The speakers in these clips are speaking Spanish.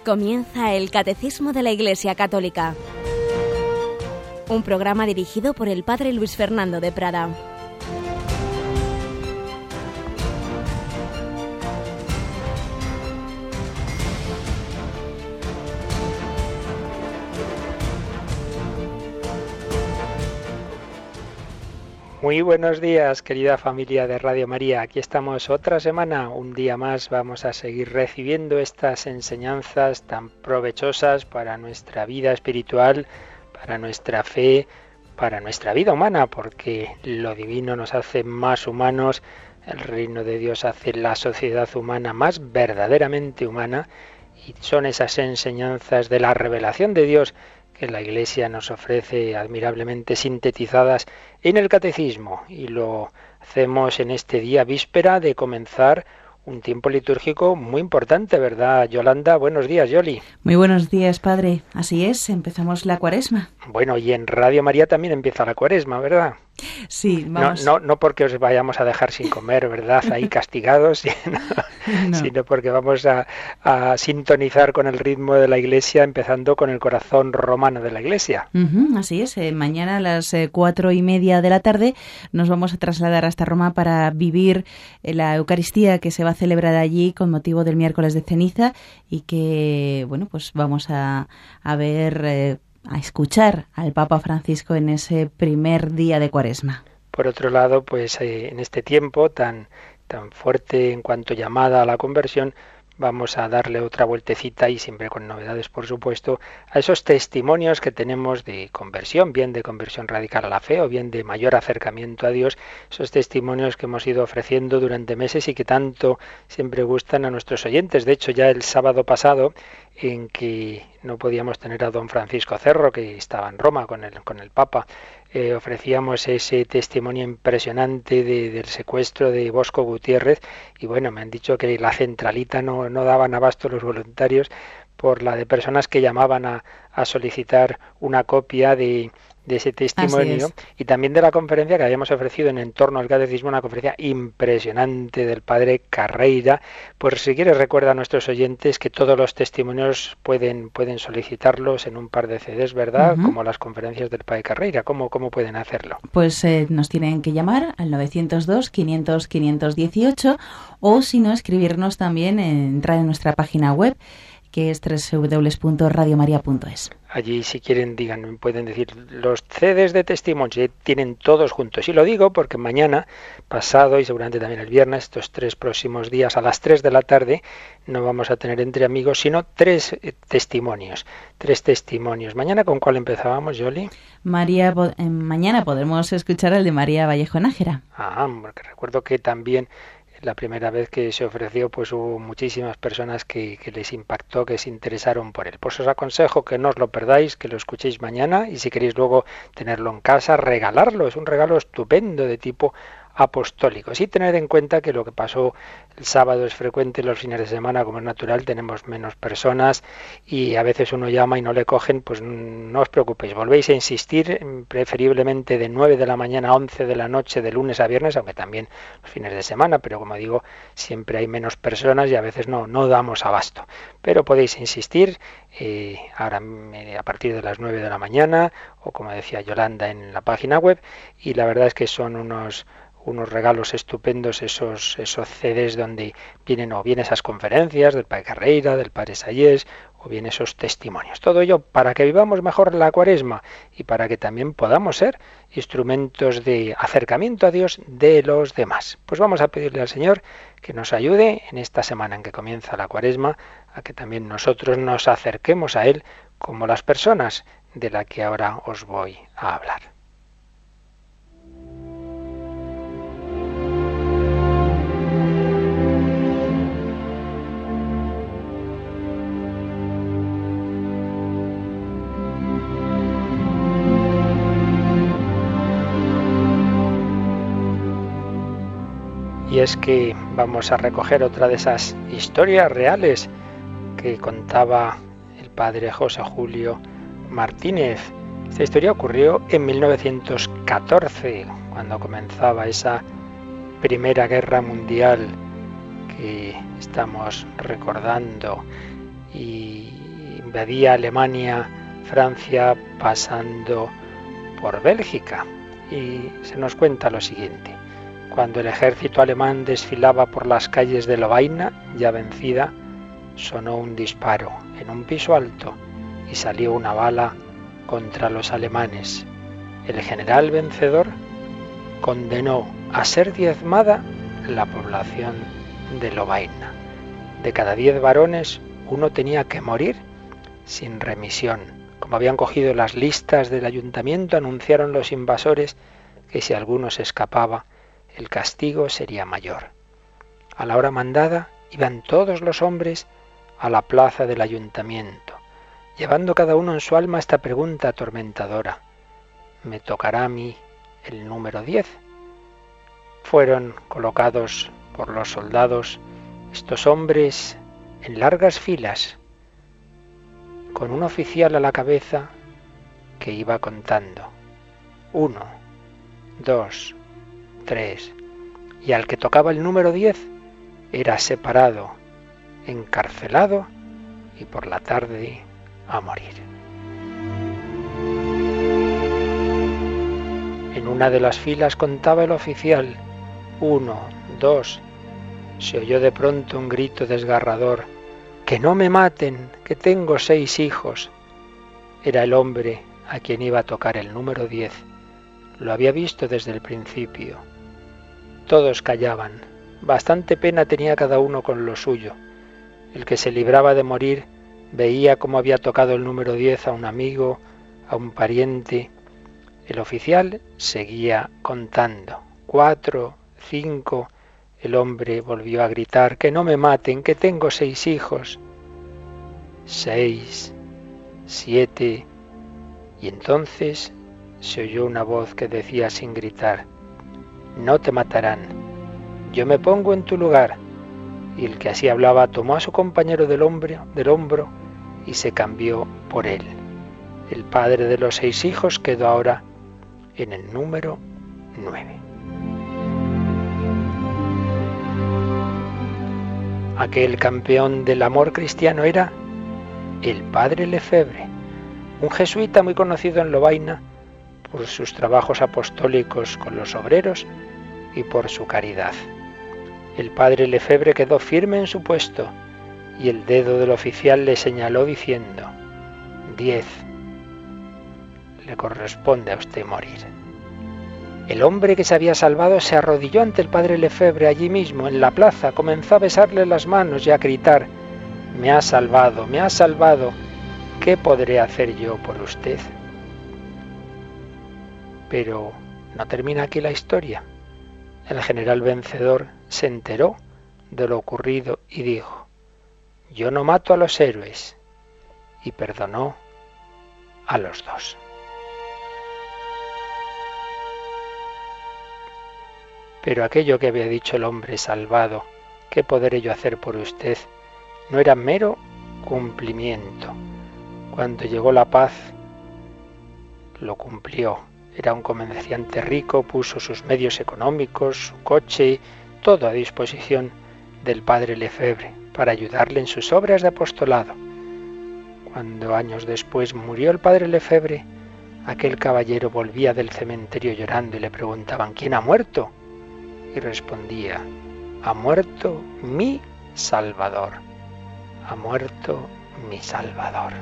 Comienza el Catecismo de la Iglesia Católica, un programa dirigido por el Padre Luis Fernando de Prada. Muy buenos días, querida familia de Radio María. Aquí estamos otra semana, un día más. Vamos a seguir recibiendo estas enseñanzas tan provechosas para nuestra vida espiritual, para nuestra fe, para nuestra vida humana, porque lo divino nos hace más humanos, el reino de Dios hace la sociedad humana más verdaderamente humana, y son esas enseñanzas de la revelación de Dios que la Iglesia nos ofrece admirablemente sintetizadas en el Catecismo, y lo hacemos en este día víspera de comenzar un tiempo litúrgico muy importante, ¿verdad, Yolanda? Buenos días, Yoli. Muy buenos días, Padre. Así es, empezamos la Cuaresma. Bueno, y en Radio María también empieza la Cuaresma, ¿verdad? Sí, vamos. No porque os vayamos a dejar sin comer, ¿verdad? Ahí castigados, sino porque vamos a sintonizar con el ritmo de la Iglesia, empezando con el corazón romano de la Iglesia. Así es, mañana a las 4:30 de la tarde nos vamos a trasladar hasta Roma para vivir la Eucaristía que se va a celebrar allí con motivo del miércoles de ceniza, y que, bueno, pues vamos a ver, a escuchar al Papa Francisco en ese primer día de Cuaresma. Por otro lado, pues en este tiempo tan fuerte en cuanto llamada a la conversión, vamos a darle otra vueltecita, y siempre con novedades, por supuesto, a esos testimonios que tenemos de conversión, bien de conversión radical a la fe o bien de mayor acercamiento a Dios, esos testimonios que hemos ido ofreciendo durante meses y que tanto siempre gustan a nuestros oyentes. De hecho, ya el sábado pasado, en que no podíamos tener a don Francisco Cerro, que estaba en Roma con el Papa, ofrecíamos ese testimonio impresionante del secuestro de Bosco Gutiérrez, y bueno, me han dicho que la centralita no daban abasto los voluntarios por la de personas que llamaban a solicitar una copia de ese testimonio, y también de la conferencia que habíamos ofrecido en torno al catecismo, una conferencia impresionante del padre Carreira. Pues si quieres, recuerda a nuestros oyentes que todos los testimonios pueden solicitarlos en un par de CDs, ¿verdad? Como las conferencias del padre Carreira. ¿Cómo pueden hacerlo? Pues nos tienen que llamar al 902-500-518, o si no, escribirnos también, entrar en nuestra página web, que es www.radiomaria.es. Allí, si quieren, pueden decir los CDs de testimonio, tienen todos juntos. Y lo digo porque mañana, pasado y seguramente también el viernes, estos 3 próximos días, a las 3 de la tarde, no vamos a tener entre amigos, sino 3 testimonios. 3 testimonios. ¿Mañana con cuál empezábamos, Yoli? Mañana podremos escuchar el de María Vallejo Nájera. Porque recuerdo que también la primera vez que se ofreció, pues hubo muchísimas personas que les impactó, que se interesaron por él. Pues os aconsejo que no os lo perdáis, que lo escuchéis mañana, y si queréis luego tenerlo en casa, regalarlo. Es un regalo estupendo de tipo apostólico. Sí, tened en cuenta que lo que pasó el sábado es frecuente, los fines de semana, como es natural, tenemos menos personas y a veces uno llama y no le cogen. Pues no os preocupéis, volvéis a insistir, preferiblemente de 9 de la mañana a 11 de la noche, de lunes a viernes, aunque también los fines de semana, pero como digo, siempre hay menos personas y a veces no damos abasto. Pero podéis insistir ahora a partir de las 9 de la mañana, o como decía Yolanda, en la página web, y la verdad es que son unos regalos estupendos, esos CDs donde vienen esas conferencias del padre Carreira, del padre Sayés, o bien esos testimonios. Todo ello para que vivamos mejor la Cuaresma y para que también podamos ser instrumentos de acercamiento a Dios de los demás. Pues vamos a pedirle al Señor que nos ayude en esta semana en que comienza la Cuaresma, a que también nosotros nos acerquemos a Él como las personas de las que ahora os voy a hablar. Y es que vamos a recoger otra de esas historias reales que contaba el padre José Julio Martínez. Esta historia ocurrió en 1914, cuando comenzaba esa Primera Guerra Mundial que estamos recordando. y invadía Alemania, Francia, pasando por Bélgica. Y se nos cuenta lo siguiente: cuando el ejército alemán desfilaba por las calles de Lovaina, ya vencida, sonó un disparo en un piso alto y salió una bala contra los alemanes. El general vencedor condenó a ser diezmada la población de Lovaina. De cada 10 varones, uno tenía que morir sin remisión. Como habían cogido las listas del ayuntamiento, anunciaron los invasores que si alguno se escapaba, el castigo sería mayor. A la hora mandada iban todos los hombres a la plaza del ayuntamiento, llevando cada uno en su alma esta pregunta atormentadora: ¿me tocará a mí el número 10? Fueron colocados por los soldados estos hombres en largas filas, con un oficial a la cabeza que iba contando: 1, 2, 3, y al que tocaba el número 10 era separado, encarcelado y por la tarde a morir. En una de las filas contaba el oficial: 1, 2, se oyó de pronto un grito desgarrador: ¡que no me maten, que tengo 6 hijos! Era el hombre a quien iba a tocar el número 10. Lo había visto desde el principio. Todos callaban. Bastante pena tenía cada uno con lo suyo. El que se libraba de morir veía cómo había tocado el número 10 a un amigo, a un pariente. El oficial seguía contando: 4, 5... El hombre volvió a gritar: ¡que no me maten, que tengo 6 hijos! 6, 7... Y entonces se oyó una voz que decía sin gritar: no te matarán, yo me pongo en tu lugar. Y el que así hablaba tomó a su compañero del hombro y se cambió por él. El padre de los 6 hijos quedó ahora en el número 9. Aquel campeón del amor cristiano era el padre Lefebvre, un jesuita muy conocido en Lovaina por sus trabajos apostólicos con los obreros y por su caridad. El padre Lefebvre quedó firme en su puesto y el dedo del oficial le señaló diciendo: 10. Le corresponde a usted morir. El hombre que se había salvado se arrodilló ante el padre Lefebvre allí mismo, en la plaza, comenzó a besarle las manos y a gritar: me ha salvado, ¿qué podré hacer yo por usted? Pero no termina aquí la historia. El general vencedor se enteró de lo ocurrido y dijo: yo no mato a los héroes, y perdonó a los 2. Pero aquello que había dicho el hombre salvado: ¿qué podré yo hacer por usted?, no era mero cumplimiento. Cuando llegó la paz, lo cumplió. Era un comerciante rico, puso sus medios económicos, su coche, todo a disposición del padre Lefebvre para ayudarle en sus obras de apostolado. Cuando años después murió el padre Lefebvre, aquel caballero volvía del cementerio llorando y le preguntaban: ¿quién ha muerto? Y respondía: ha muerto mi Salvador, ha muerto mi Salvador.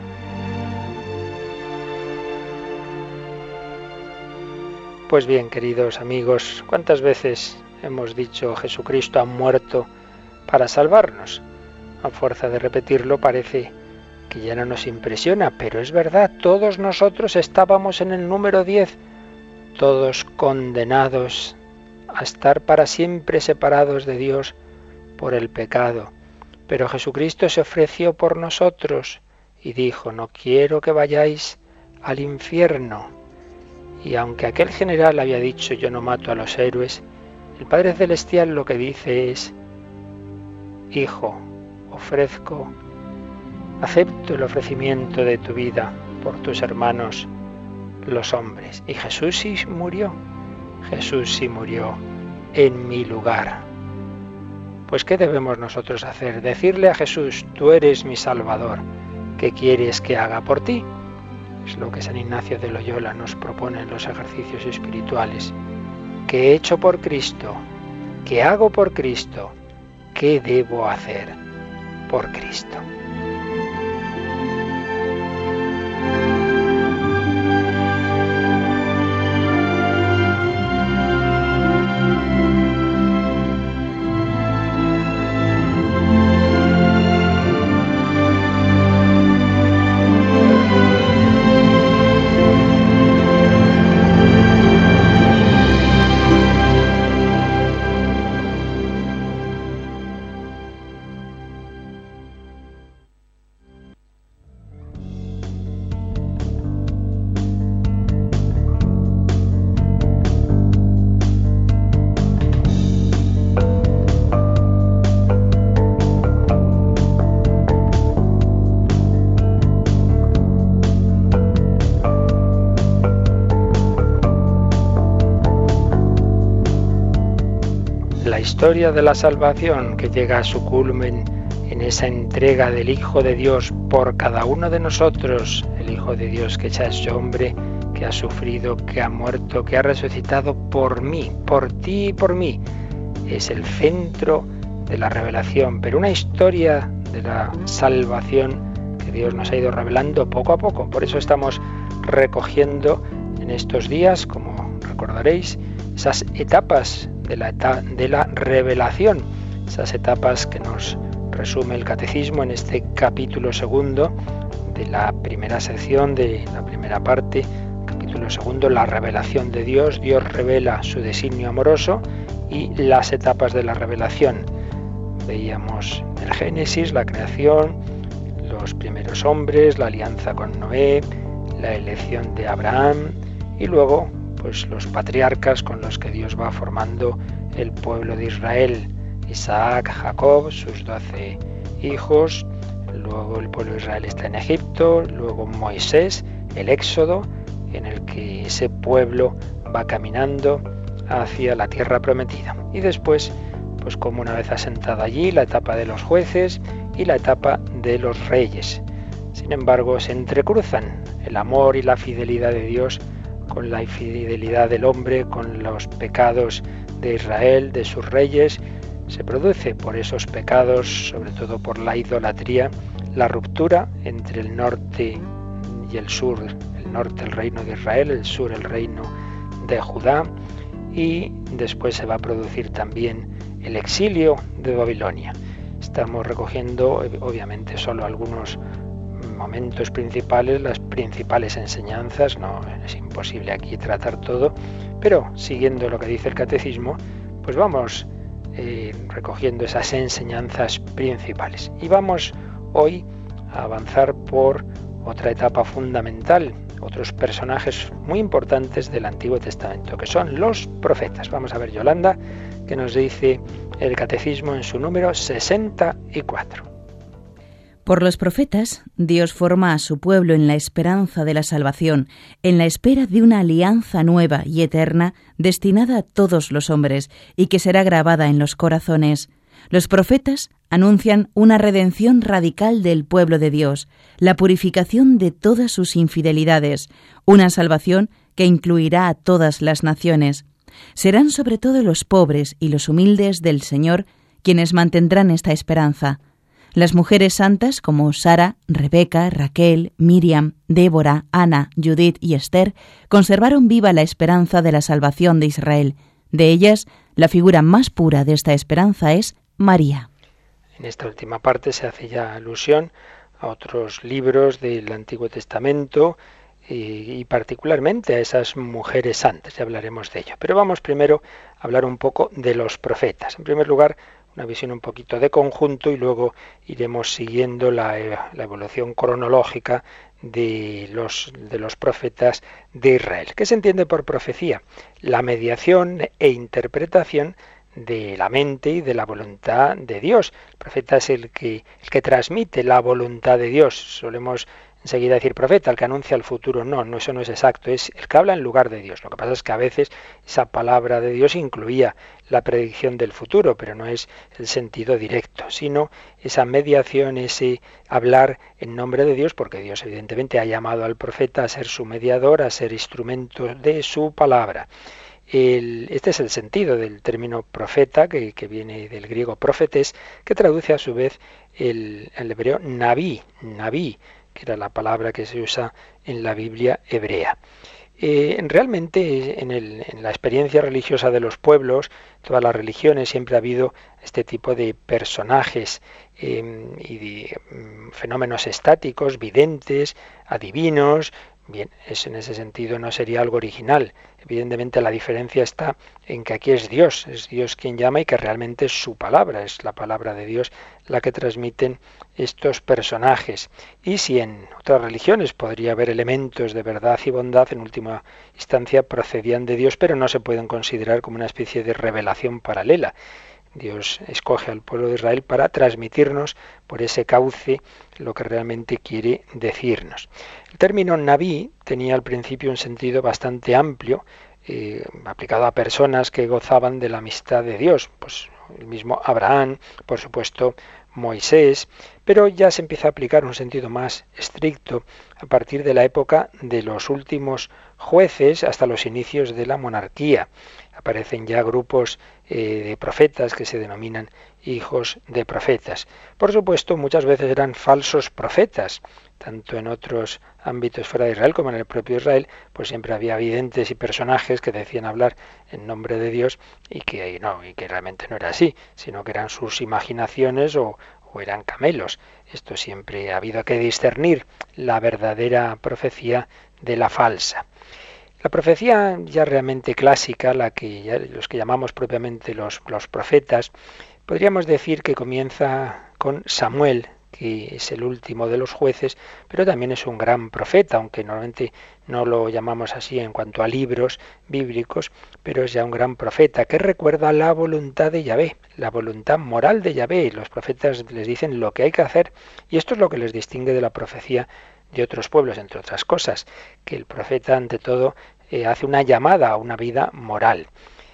Pues bien, queridos amigos, ¿cuántas veces hemos dicho Jesucristo ha muerto para salvarnos? A fuerza de repetirlo parece que ya no nos impresiona, pero es verdad, todos nosotros estábamos en el número 10, todos condenados a estar para siempre separados de Dios por el pecado. Pero Jesucristo se ofreció por nosotros y dijo: no quiero que vayáis al infierno. Y aunque aquel general había dicho: yo no mato a los héroes, el Padre Celestial lo que dice es: hijo, acepto el ofrecimiento de tu vida por tus hermanos los hombres. Y Jesús sí murió en mi lugar. Pues ¿qué debemos nosotros hacer? Decirle a Jesús, tú eres mi Salvador, ¿qué quieres que haga por ti? Es lo que San Ignacio de Loyola nos propone en los ejercicios espirituales. ¿Qué he hecho por Cristo? ¿Qué hago por Cristo? ¿Qué debo hacer por Cristo? La historia de la salvación que llega a su culmen en esa entrega del Hijo de Dios por cada uno de nosotros, el Hijo de Dios que se ha hecho hombre, que ha sufrido, que ha muerto, que ha resucitado por mí, por ti y por mí. Es el centro de la revelación, pero una historia de la salvación que Dios nos ha ido revelando poco a poco. Por eso estamos recogiendo en estos días, como recordaréis, esas etapas de la revelación, esas etapas que nos resume el Catecismo en este capítulo segundo de la primera sección, de la primera parte, capítulo segundo, la revelación de Dios. Dios revela su designio amoroso y las etapas de la revelación. Veíamos el Génesis, la creación, los primeros hombres, la alianza con Noé, la elección de Abraham y luego pues los patriarcas con los que Dios va formando el pueblo de Israel, Isaac, Jacob, sus 12 hijos, luego el pueblo de Israel está en Egipto, luego Moisés, el Éxodo, en el que ese pueblo va caminando hacia la tierra prometida. Y después, pues como una vez asentado allí, la etapa de los jueces y la etapa de los reyes. Sin embargo, se entrecruzan el amor y la fidelidad de Dios con la infidelidad del hombre, con los pecados de Israel, de sus reyes. Se produce por esos pecados, sobre todo por la idolatría, la ruptura entre el norte y el sur. El norte el reino de Israel, el sur el reino de Judá, y después se va a producir también el exilio de Babilonia. Estamos recogiendo obviamente solo algunos momentos principales, las principales enseñanzas, no es imposible aquí tratar todo, pero siguiendo lo que dice el Catecismo, pues vamos recogiendo esas enseñanzas principales. Y vamos hoy a avanzar por otra etapa fundamental, otros personajes muy importantes del Antiguo Testamento, que son los profetas. Vamos a ver, Yolanda, qué nos dice el Catecismo en su número 64. Por los profetas, Dios forma a su pueblo en la esperanza de la salvación, en la espera de una alianza nueva y eterna destinada a todos los hombres y que será grabada en los corazones. Los profetas anuncian una redención radical del pueblo de Dios, la purificación de todas sus infidelidades, una salvación que incluirá a todas las naciones. Serán sobre todo los pobres y los humildes del Señor quienes mantendrán esta esperanza. Las mujeres santas como Sara, Rebeca, Raquel, Miriam, Débora, Ana, Judith y Esther conservaron viva la esperanza de la salvación de Israel. De ellas, la figura más pura de esta esperanza es María. En esta última parte se hace ya alusión a otros libros del Antiguo Testamento y particularmente a esas mujeres santas, ya hablaremos de ello. Pero vamos primero a hablar un poco de los profetas. En primer lugar, una visión un poquito de conjunto y luego iremos siguiendo la evolución cronológica de los profetas de Israel. ¿Qué se entiende por profecía? La mediación e interpretación de la mente y de la voluntad de Dios. El profeta es el que transmite la voluntad de Dios. Solemos enseguida decir profeta, el que anuncia el futuro. No, no, eso no es exacto, es el que habla en lugar de Dios. Lo que pasa es que a veces esa palabra de Dios incluía la predicción del futuro, pero no es el sentido directo, sino esa mediación, ese hablar en nombre de Dios, porque Dios evidentemente ha llamado al profeta a ser su mediador, a ser instrumento de su palabra. Este es el sentido del término profeta, que viene del griego profetes, que traduce a su vez el hebreo naví, que era la palabra que se usa en la Biblia hebrea. Realmente en la experiencia religiosa de los pueblos, todas las religiones, siempre ha habido este tipo de personajes y de fenómenos estáticos, videntes, adivinos. Bien, eso en ese sentido no sería algo original. Evidentemente la diferencia está en que aquí es Dios quien llama y que realmente es su palabra, es la palabra de Dios la que transmiten estos personajes. Y si en otras religiones podría haber elementos de verdad y bondad, en última instancia procedían de Dios, pero no se pueden considerar como una especie de revelación paralela. Dios escoge al pueblo de Israel para transmitirnos por ese cauce lo que realmente quiere decirnos. El término Naví tenía al principio un sentido bastante amplio, aplicado a personas que gozaban de la amistad de Dios, pues el mismo Abraham, por supuesto Moisés, pero ya se empieza a aplicar un sentido más estricto a partir de la época de los últimos jueces hasta los inicios de la monarquía. Aparecen ya grupos de profetas que se denominan hijos de profetas. Por supuesto, muchas veces eran falsos profetas, tanto en otros ámbitos fuera de Israel como en el propio Israel, pues siempre había videntes y personajes que decían hablar en nombre de Dios y que realmente no era así, sino que eran sus imaginaciones o eran camelos. Esto siempre ha habido que discernir la verdadera profecía de la falsa. La profecía ya realmente clásica, los que llamamos propiamente los profetas, podríamos decir que comienza con Samuel, que es el último de los jueces, pero también es un gran profeta, aunque normalmente no lo llamamos así en cuanto a libros bíblicos, pero es ya un gran profeta que recuerda la voluntad de Yahvé, la voluntad moral de Yahvé. Los profetas les dicen lo que hay que hacer y esto es lo que les distingue de la profecía de otros pueblos, entre otras cosas, que el profeta ante todo hace una llamada a una vida moral.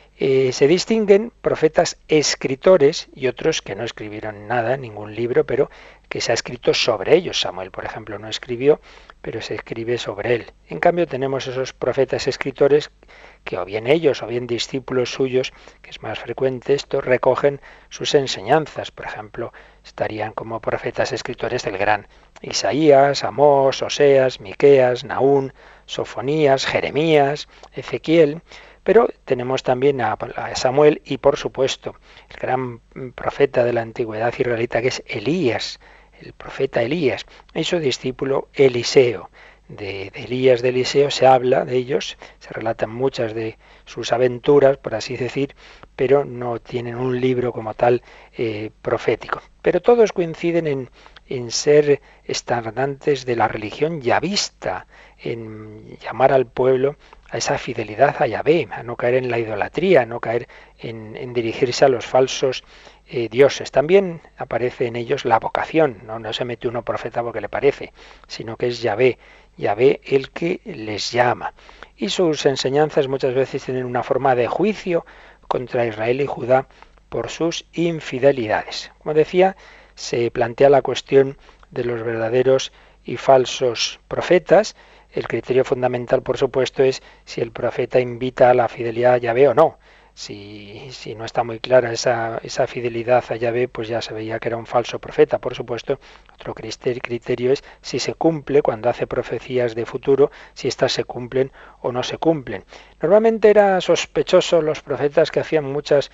Se distinguen profetas escritores y otros que no escribieron nada, ningún libro, pero que se ha escrito sobre ellos. Samuel, por ejemplo, no escribió, pero se escribe sobre él. En cambio, tenemos esos profetas escritores que o bien ellos o bien discípulos suyos, que es más frecuente esto, recogen sus enseñanzas. Por ejemplo, estarían como profetas escritores del gran Isaías, Amós, Oseas, Miqueas, Nahum, Sofonías, Jeremías, Ezequiel. Pero tenemos también a Samuel y, por supuesto, el gran profeta de la antigüedad israelita, que es Elías, el profeta Elías, y su discípulo Eliseo. De Elías, de Eliseo, se habla de ellos, se relatan muchas de sus aventuras, por así decir, pero no tienen un libro como tal profético. Pero todos coinciden en ser estandartes de la religión yavista, en llamar al pueblo a esa fidelidad a Yahvé, a no caer en la idolatría, a no caer en dirigirse a los falsos dioses. También aparece en ellos la vocación, no se mete uno profeta porque le parece, sino que es Yahvé el que les llama. Y sus enseñanzas muchas veces tienen una forma de juicio contra Israel y Judá por sus infidelidades. Como decía, se plantea la cuestión de los verdaderos y falsos profetas. El criterio fundamental, por supuesto, es si el profeta invita a la fidelidad a Yahvé o no. Si no está muy clara esa fidelidad a Yahvé, pues ya se veía que era un falso profeta. Por supuesto, otro criterio es si se cumple cuando hace profecías de futuro, si éstas se cumplen o no se cumplen. Normalmente era sospechoso los profetas que hacían muchas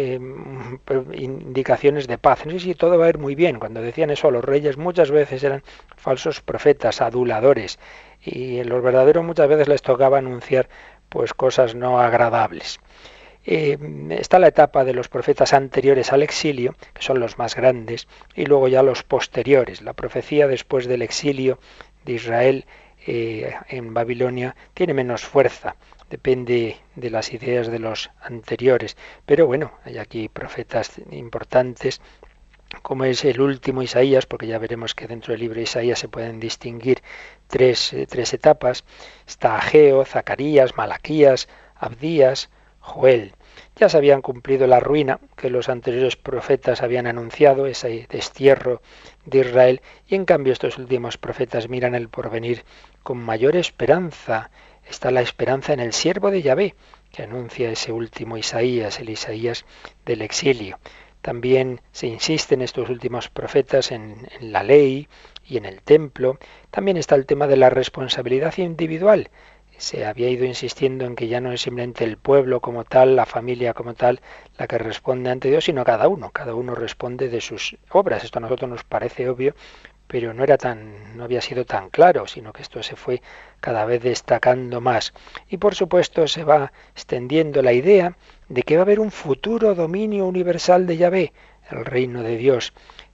indicaciones de paz. No sé si todo va a ir muy bien. Cuando decían eso a los reyes, muchas veces eran falsos profetas, aduladores. Y en los verdaderos muchas veces les tocaba anunciar pues cosas no agradables. Está la etapa de los profetas anteriores al exilio, que son los más grandes, y luego ya los posteriores. La profecía después del exilio de Israel en Babilonia tiene menos fuerza, depende de las ideas de los anteriores. Pero bueno, hay aquí profetas importantes como es el último Isaías, porque ya veremos que dentro del libro de Isaías se pueden distinguir tres etapas. Está Ageo, Zacarías, Malaquías, Abdías, Joel. Ya se habían cumplido la ruina que los anteriores profetas habían anunciado, ese destierro de Israel, y en cambio estos últimos profetas miran el porvenir con mayor esperanza. Está la esperanza en el siervo de Yahvé, que anuncia ese último Isaías, el Isaías del exilio. También se insiste en estos últimos profetas en la ley y en el templo. También está el tema de la responsabilidad individual. Se había ido insistiendo en que ya no es simplemente el pueblo como tal, la familia como tal, la que responde ante Dios, sino cada uno responde de sus obras. Esto a nosotros nos parece obvio, pero no había sido tan claro, sino que esto se fue cada vez destacando más. Y por supuesto se va extendiendo la idea de que va a haber un futuro dominio universal de Yahvé, el reino de Dios,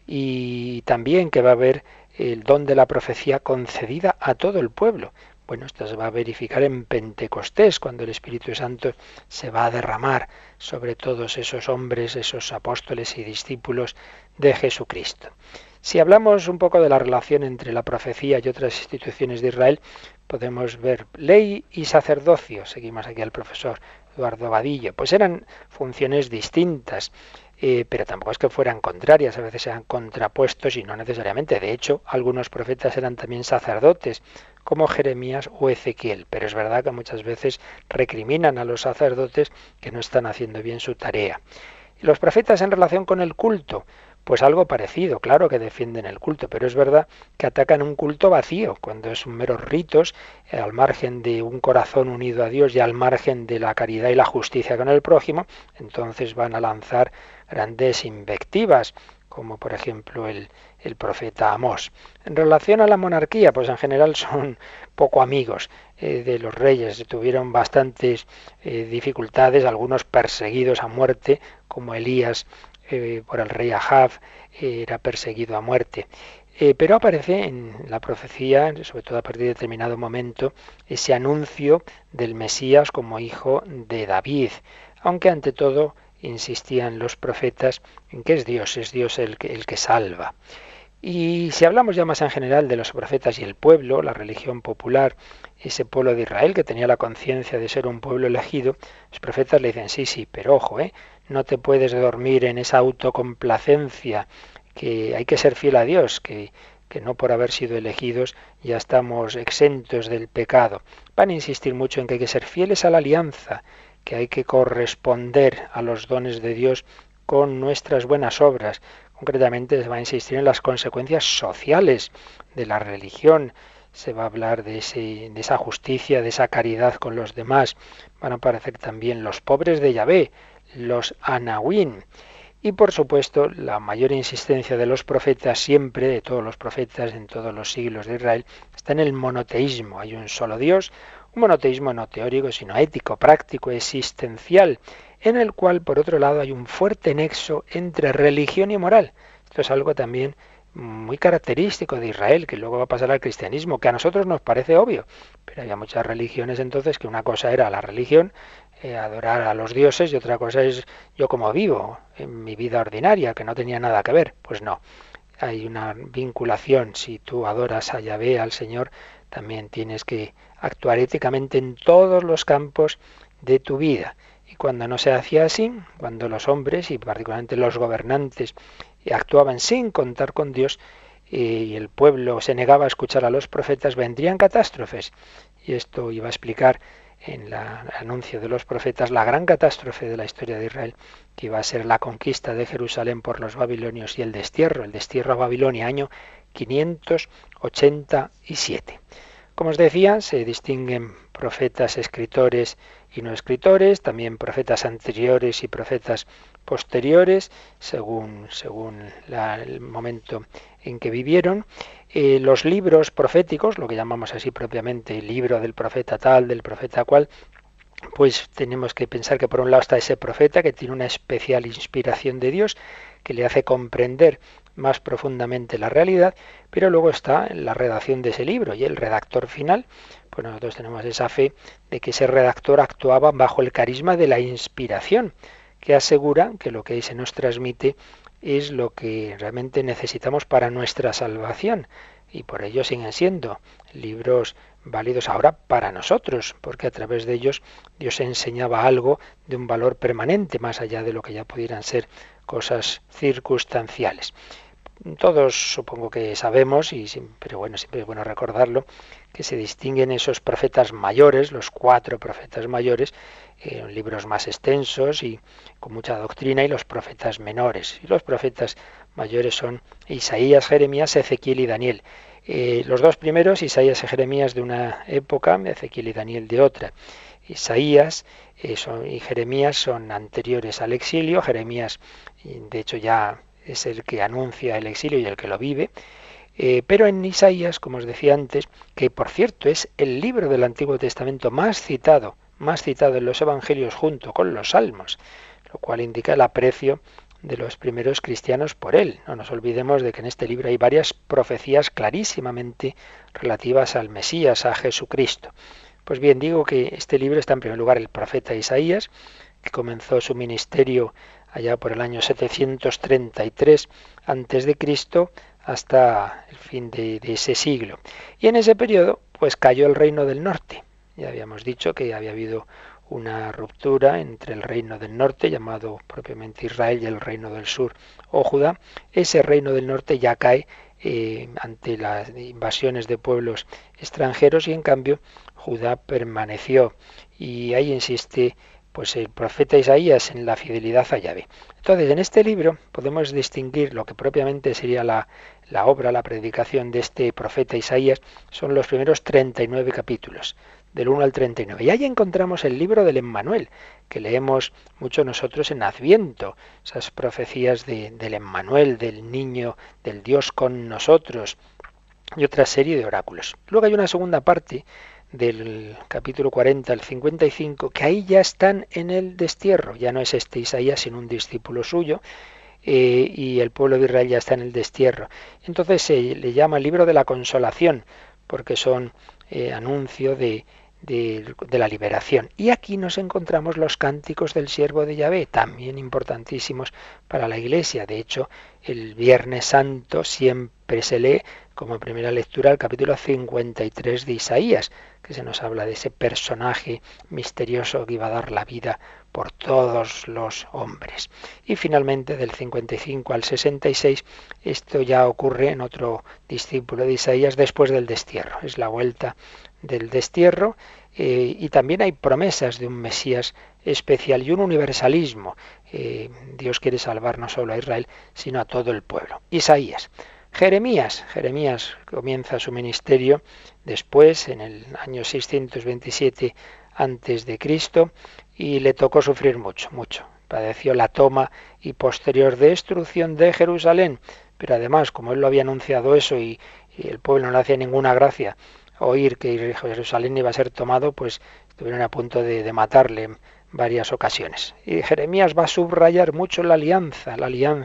y también que va a haber el don de la profecía concedida a todo el pueblo. Bueno, esto se va a verificar en Pentecostés, cuando el Espíritu Santo se va a derramar sobre todos esos hombres, esos apóstoles y discípulos de Jesucristo. Si hablamos un poco de la relación entre la profecía y otras instituciones de Israel, podemos ver ley y sacerdocio. Seguimos aquí al profesor Eduardo Vadillo. Pues eran funciones distintas, pero tampoco es que fueran contrarias, a veces eran contrapuestos y no necesariamente. De hecho, algunos profetas eran también sacerdotes, como Jeremías o Ezequiel, pero es verdad que muchas veces recriminan a los sacerdotes que no están haciendo bien su tarea. Y los profetas en relación con el culto, pues algo parecido, claro que defienden el culto, pero es verdad que atacan un culto vacío, cuando es un meros ritos, al margen de un corazón unido a Dios y al margen de la caridad y la justicia con el prójimo, entonces van a lanzar grandes invectivas, como por ejemplo el profeta Amós. En relación a la monarquía, pues en general son poco amigos de los reyes, tuvieron bastantes dificultades, algunos perseguidos a muerte, como Elías por el rey Ahab, era perseguido a muerte. Pero aparece en la profecía, sobre todo a partir de determinado momento, ese anuncio del Mesías como hijo de David, aunque ante todo insistían los profetas en que es Dios el que salva. Y si hablamos ya más en general de los profetas y el pueblo, la religión popular, ese pueblo de Israel que tenía la conciencia de ser un pueblo elegido, los profetas le dicen, sí, pero ojo, no te puedes dormir en esa autocomplacencia, que hay que ser fiel a Dios, que no por haber sido elegidos ya estamos exentos del pecado. Van a insistir mucho en que hay que ser fieles a la alianza, que hay que corresponder a los dones de Dios con nuestras buenas obras. Concretamente se va a insistir en las consecuencias sociales de la religión. Se va a hablar de esa justicia, de esa caridad con los demás. Van a aparecer también los pobres de Yahvé, los anahuín. Y por supuesto, la mayor insistencia de los profetas, siempre, de todos los profetas en todos los siglos de Israel, está en el monoteísmo. Hay un solo Dios, un monoteísmo no teórico, sino ético, práctico, existencial, en el cual, por otro lado, hay un fuerte nexo entre religión y moral. Esto es algo también muy característico de Israel, que luego va a pasar al cristianismo, que a nosotros nos parece obvio, pero había muchas religiones entonces que una cosa era la religión, adorar a los dioses, y otra cosa es yo como vivo en mi vida ordinaria, que no tenía nada que ver. Pues no, hay una vinculación. Si tú adoras a Yahvé, al Señor, también tienes que actuar éticamente en todos los campos de tu vida. Y cuando no se hacía así, cuando los hombres y particularmente los gobernantes actuaban sin contar con Dios y el pueblo se negaba a escuchar a los profetas, vendrían catástrofes. Y esto iba a explicar en el anuncio de los profetas la gran catástrofe de la historia de Israel, que iba a ser la conquista de Jerusalén por los babilonios y el destierro a Babilonia, año 587. Como os decía, se distinguen profetas, escritores y no escritores, también profetas anteriores y profetas posteriores, según el momento en que vivieron. Los libros proféticos, lo que llamamos así propiamente el libro del profeta tal, del profeta cual, pues tenemos que pensar que por un lado está ese profeta que tiene una especial inspiración de Dios, que le hace comprender más profundamente la realidad, pero luego está la redacción de ese libro y el redactor final. Pues nosotros tenemos esa fe de que ese redactor actuaba bajo el carisma de la inspiración, que asegura que lo que ahí se nos transmite es lo que realmente necesitamos para nuestra salvación, y por ello siguen siendo libros válidos ahora para nosotros, porque a través de ellos Dios enseñaba algo de un valor permanente, más allá de lo que ya pudieran ser cosas circunstanciales. Todos supongo que sabemos, pero bueno, siempre es bueno recordarlo, que se distinguen esos profetas mayores, los 4 profetas mayores, libros más extensos y con mucha doctrina, y los profetas menores. Y los profetas mayores son Isaías, Jeremías, Ezequiel y Daniel. Los 2 primeros, Isaías y Jeremías, de una época, Ezequiel y Daniel de otra. Isaías y Jeremías son anteriores al exilio. Jeremías, de hecho, ya es el que anuncia el exilio y el que lo vive. Pero en Isaías, como os decía antes, que por cierto es el libro del Antiguo Testamento más citado en los Evangelios junto con los Salmos, lo cual indica el aprecio de los primeros cristianos por él. No nos olvidemos de que en este libro hay varias profecías clarísimamente relativas al Mesías, a Jesucristo. Pues bien, digo que este libro está en primer lugar el profeta Isaías, que comenzó su ministerio allá por el año 733 a.C. hasta el fin de ese siglo. Y en ese periodo, pues cayó el reino del norte. Ya habíamos dicho que había habido una ruptura entre el reino del norte, llamado propiamente Israel, y el reino del sur, o Judá. Ese reino del norte ya cae ante las invasiones de pueblos extranjeros, y en cambio Judá permaneció. Y ahí insiste pues el profeta Isaías en la fidelidad a Yahvé. Entonces, en este libro podemos distinguir lo que propiamente sería la obra, la predicación de este profeta Isaías. Son los primeros 39 capítulos, del 1 al 39. Y ahí encontramos el libro del Emmanuel, que leemos mucho nosotros en Adviento, esas profecías del Emmanuel, del niño, del Dios con nosotros, y otra serie de oráculos. Luego hay una segunda parte, del capítulo 40 al 55, que ahí ya están en el destierro. Ya no es este Isaías, sino un discípulo suyo, y el pueblo de Israel ya está en el destierro. Entonces se le llama el libro de la consolación, porque son anuncio de la liberación. Y aquí nos encontramos los cánticos del siervo de Yahvé, también importantísimos para la Iglesia. De hecho, el Viernes Santo siempre se lee como primera lectura el capítulo 53 de Isaías, que se nos habla de ese personaje misterioso que iba a dar la vida por todos los hombres. Y finalmente, del 55 al 66, esto ya ocurre en otro discípulo de Isaías después del destierro. Es la vuelta del destierro, y también hay promesas de un Mesías especial y un universalismo. Dios quiere salvar no solo a Israel, sino a todo el pueblo. Isaías. Jeremías comienza su ministerio después, en el año 627 a.C., y le tocó sufrir mucho. Padeció la toma y posterior destrucción de Jerusalén, pero además, como él lo había anunciado eso y el pueblo no le hacía ninguna gracia oír que Jerusalén iba a ser tomado, pues estuvieron a punto de matarle en varias ocasiones. Y Jeremías va a subrayar mucho la alianza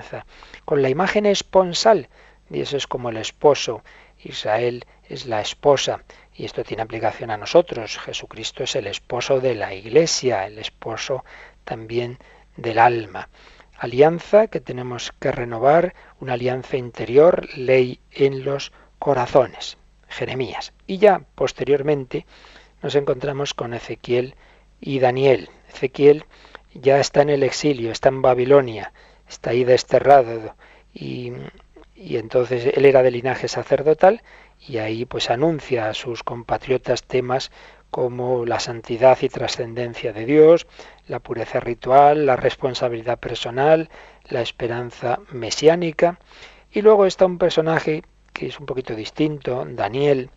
con la imagen esponsal. Y eso es como el esposo. Israel es la esposa. Y esto tiene aplicación a nosotros. Jesucristo es el esposo de la Iglesia, el esposo también del alma. Alianza que tenemos que renovar, una alianza interior, ley en los corazones. Jeremías. Y ya posteriormente nos encontramos con Ezequiel y Daniel. Ezequiel ya está en el exilio, está en Babilonia, está ahí desterrado, y entonces él era de linaje sacerdotal, y ahí pues anuncia a sus compatriotas temas como la santidad y trascendencia de Dios, la pureza ritual, la responsabilidad personal, la esperanza mesiánica. Y luego está un personaje que es un poquito distinto, Daniel,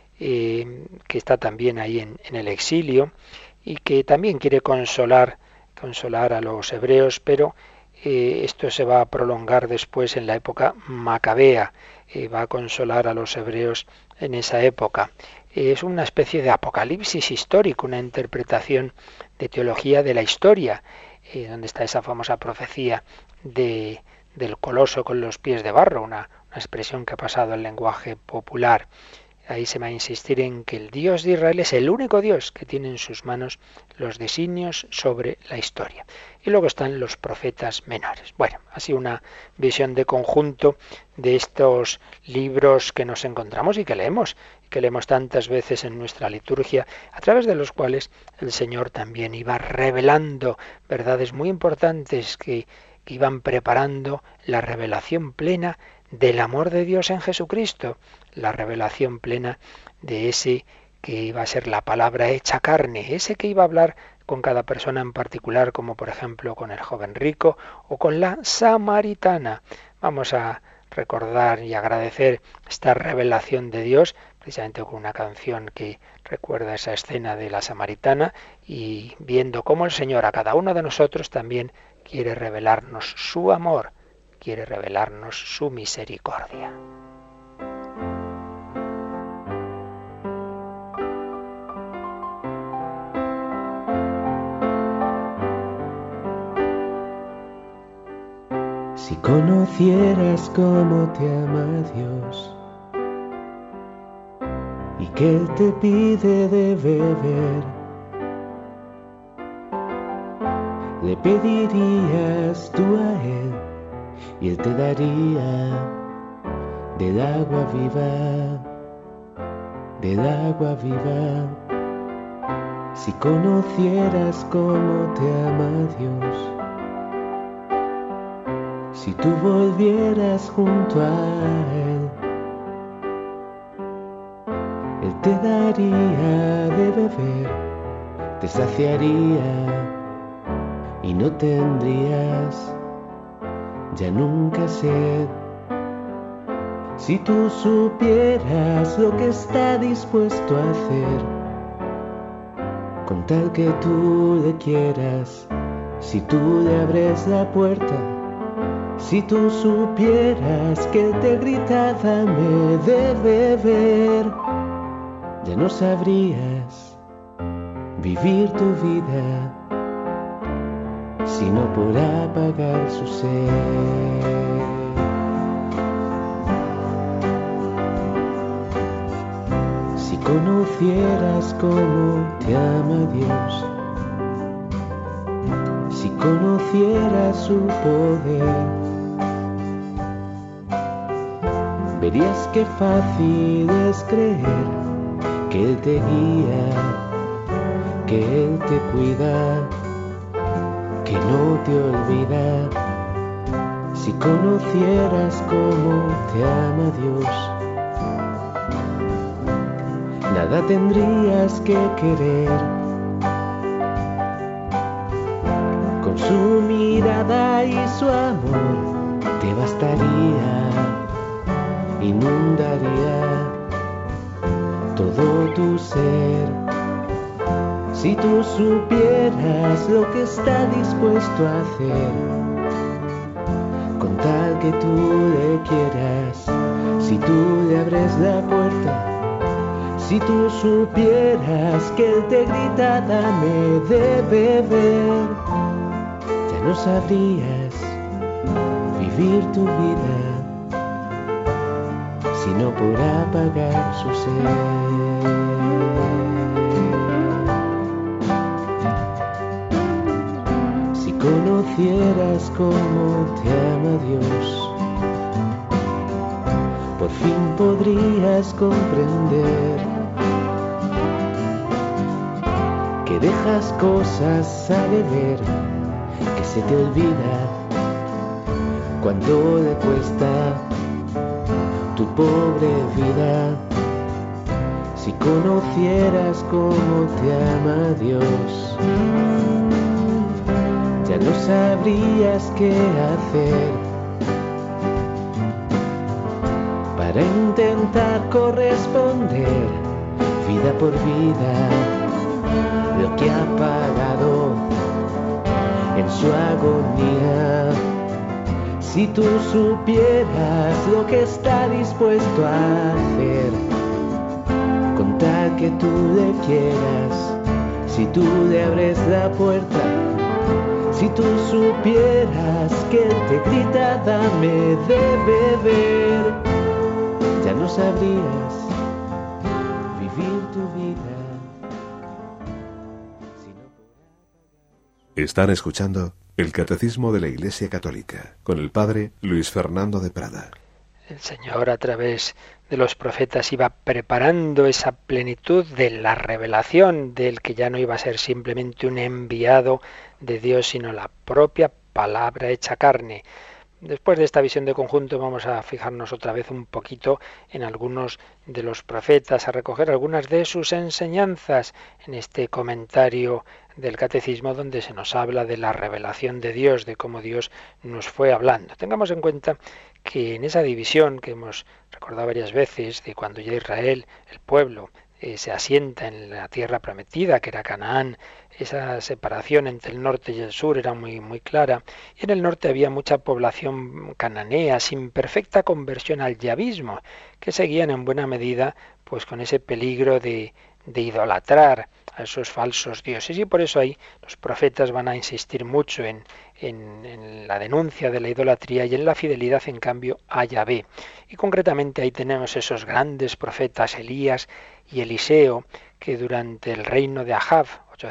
que está también ahí en el exilio, y que también quiere consolar a los hebreos, pero esto se va a prolongar después en la época macabea, va a consolar a los hebreos en esa época. Es una especie de apocalipsis histórico, una interpretación de teología de la historia, donde está esa famosa profecía del coloso con los pies de barro, una expresión que ha pasado al lenguaje popular. ahí se va a insistir en que el Dios de Israel es el único Dios que tiene en sus manos los designios sobre la historia. Y luego están los profetas menores. Bueno, así una visión de conjunto de estos libros que nos encontramos y que leemos tantas veces en nuestra liturgia, a través de los cuales el Señor también iba revelando verdades muy importantes que iban preparando la revelación plena del amor de Dios en Jesucristo, la revelación plena de ese que iba a ser la palabra hecha carne, ese que iba a hablar con cada persona en particular, como por ejemplo con el joven rico o con la samaritana. Vamos a recordar y agradecer esta revelación de Dios, precisamente con una canción que recuerda esa escena de la samaritana, y viendo cómo el Señor a cada uno de nosotros también quiere revelarnos su amor, quiere revelarnos su misericordia. Si conocieras cómo te ama Dios y que Él te pide de beber, le pedirías tú a Él y Él te daría del agua viva, del agua viva. Si conocieras cómo te ama Dios, si tú volvieras junto a Él, Él te daría de beber, te saciaría y no tendrías ya nunca sed. Si tú supieras lo que está dispuesto a hacer, con tal que tú le quieras, si tú le abres la puerta, si tú supieras que Él te grita dame de beber, ya no sabrías vivir tu vida sino por apagar su sed. Si conocieras cómo te ama Dios, si conocieras su poder, verías qué fácil es creer que Él te guía, que Él te cuida, que no te olvida. Si conocieras cómo te ama Dios, nada tendrías que querer. Con su mirada y su amor te bastaría, inundaría todo tu ser. Si tú supieras lo que está dispuesto a hacer, con tal que tú le quieras, si tú le abres la puerta, si tú supieras que Él te grita dame de beber, ya no sabrías vivir tu vida sino por apagar su sed. Si conocieras cómo te ama Dios, por fin podrías comprender que dejas cosas a deber, que se te olvida cuando le cuesta tu pobre vida. Si conocieras cómo te ama Dios, ya no sabrías qué hacer para intentar corresponder vida por vida lo que ha pagado en su agonía. Si tú supieras lo que está dispuesto a hacer, con tal que tú le quieras, si tú le abres la puerta, si tú supieras que Él te grita dame de beber, ya no sabrías Están escuchando el Catecismo de la Iglesia Católica con el Padre Luis Fernando de Prada. El Señor, a través de los profetas, iba preparando esa plenitud de la revelación del que ya no iba a ser simplemente un enviado de Dios, sino la propia palabra hecha carne. Después de esta visión de conjunto vamos a fijarnos otra vez un poquito en algunos de los profetas, a recoger algunas de sus enseñanzas en este comentario del Catecismo donde se nos habla de la revelación de Dios, de cómo Dios nos fue hablando. Tengamos en cuenta que en esa división que hemos recordado varias veces, de cuando ya Israel, el pueblo, se asienta en la tierra prometida, que era Canaán, esa separación entre el norte y el sur era muy clara, y en el norte había mucha población cananea, sin perfecta conversión al yavismo, que seguían en buena medida pues con ese peligro de idolatrar a esos falsos dioses. Y por eso ahí los profetas van a insistir mucho en la denuncia de la idolatría y en la fidelidad, en cambio, a Yahvé. Y concretamente ahí tenemos esos grandes profetas, Elías y Eliseo, que durante el reino de Ahab,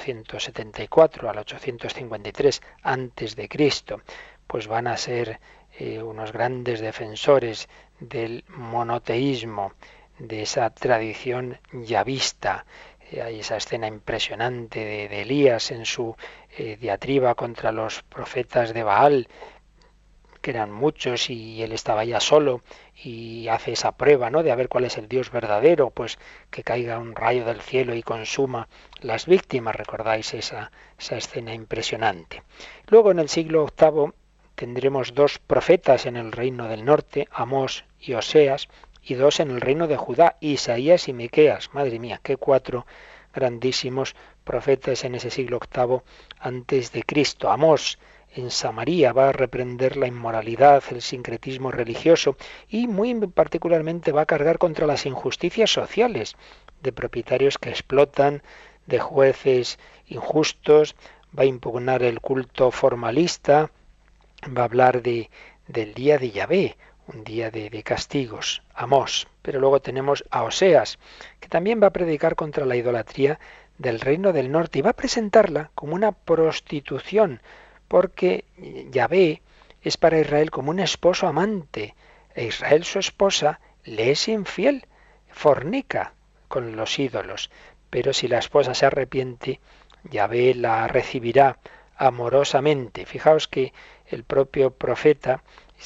874 al 853 antes de Cristo, pues van a ser unos grandes defensores del monoteísmo, de esa tradición yavista. Hay esa escena impresionante de Elías en su diatriba contra los profetas de Baal, que eran muchos y él estaba ya solo, y hace esa prueba, ¿no?, de a ver cuál es el Dios verdadero, pues que caiga un rayo del cielo y consuma las víctimas. Recordáis esa escena impresionante. Luego en el siglo VIII tendremos dos profetas en el reino del norte, Amós y Oseas, y dos en el reino de Judá, Isaías y Miqueas. Madre mía, qué cuatro grandísimos profetas en ese siglo VIII antes de Cristo. Amós en Samaria va a reprender la inmoralidad, el sincretismo religioso y muy particularmente va a cargar contra las injusticias sociales de propietarios que explotan, de jueces injustos, va a impugnar el culto formalista, va a hablar del día de Yahvé, un día de castigos, Amós. Pero luego tenemos a Oseas, que también va a predicar contra la idolatría del reino del norte y va a presentarla como una prostitución, porque Yahvé es para Israel como un esposo amante, e Israel, su esposa, le es infiel, fornica con los ídolos. Pero si la esposa se arrepiente, Yahvé la recibirá amorosamente. Fijaos que el propio profeta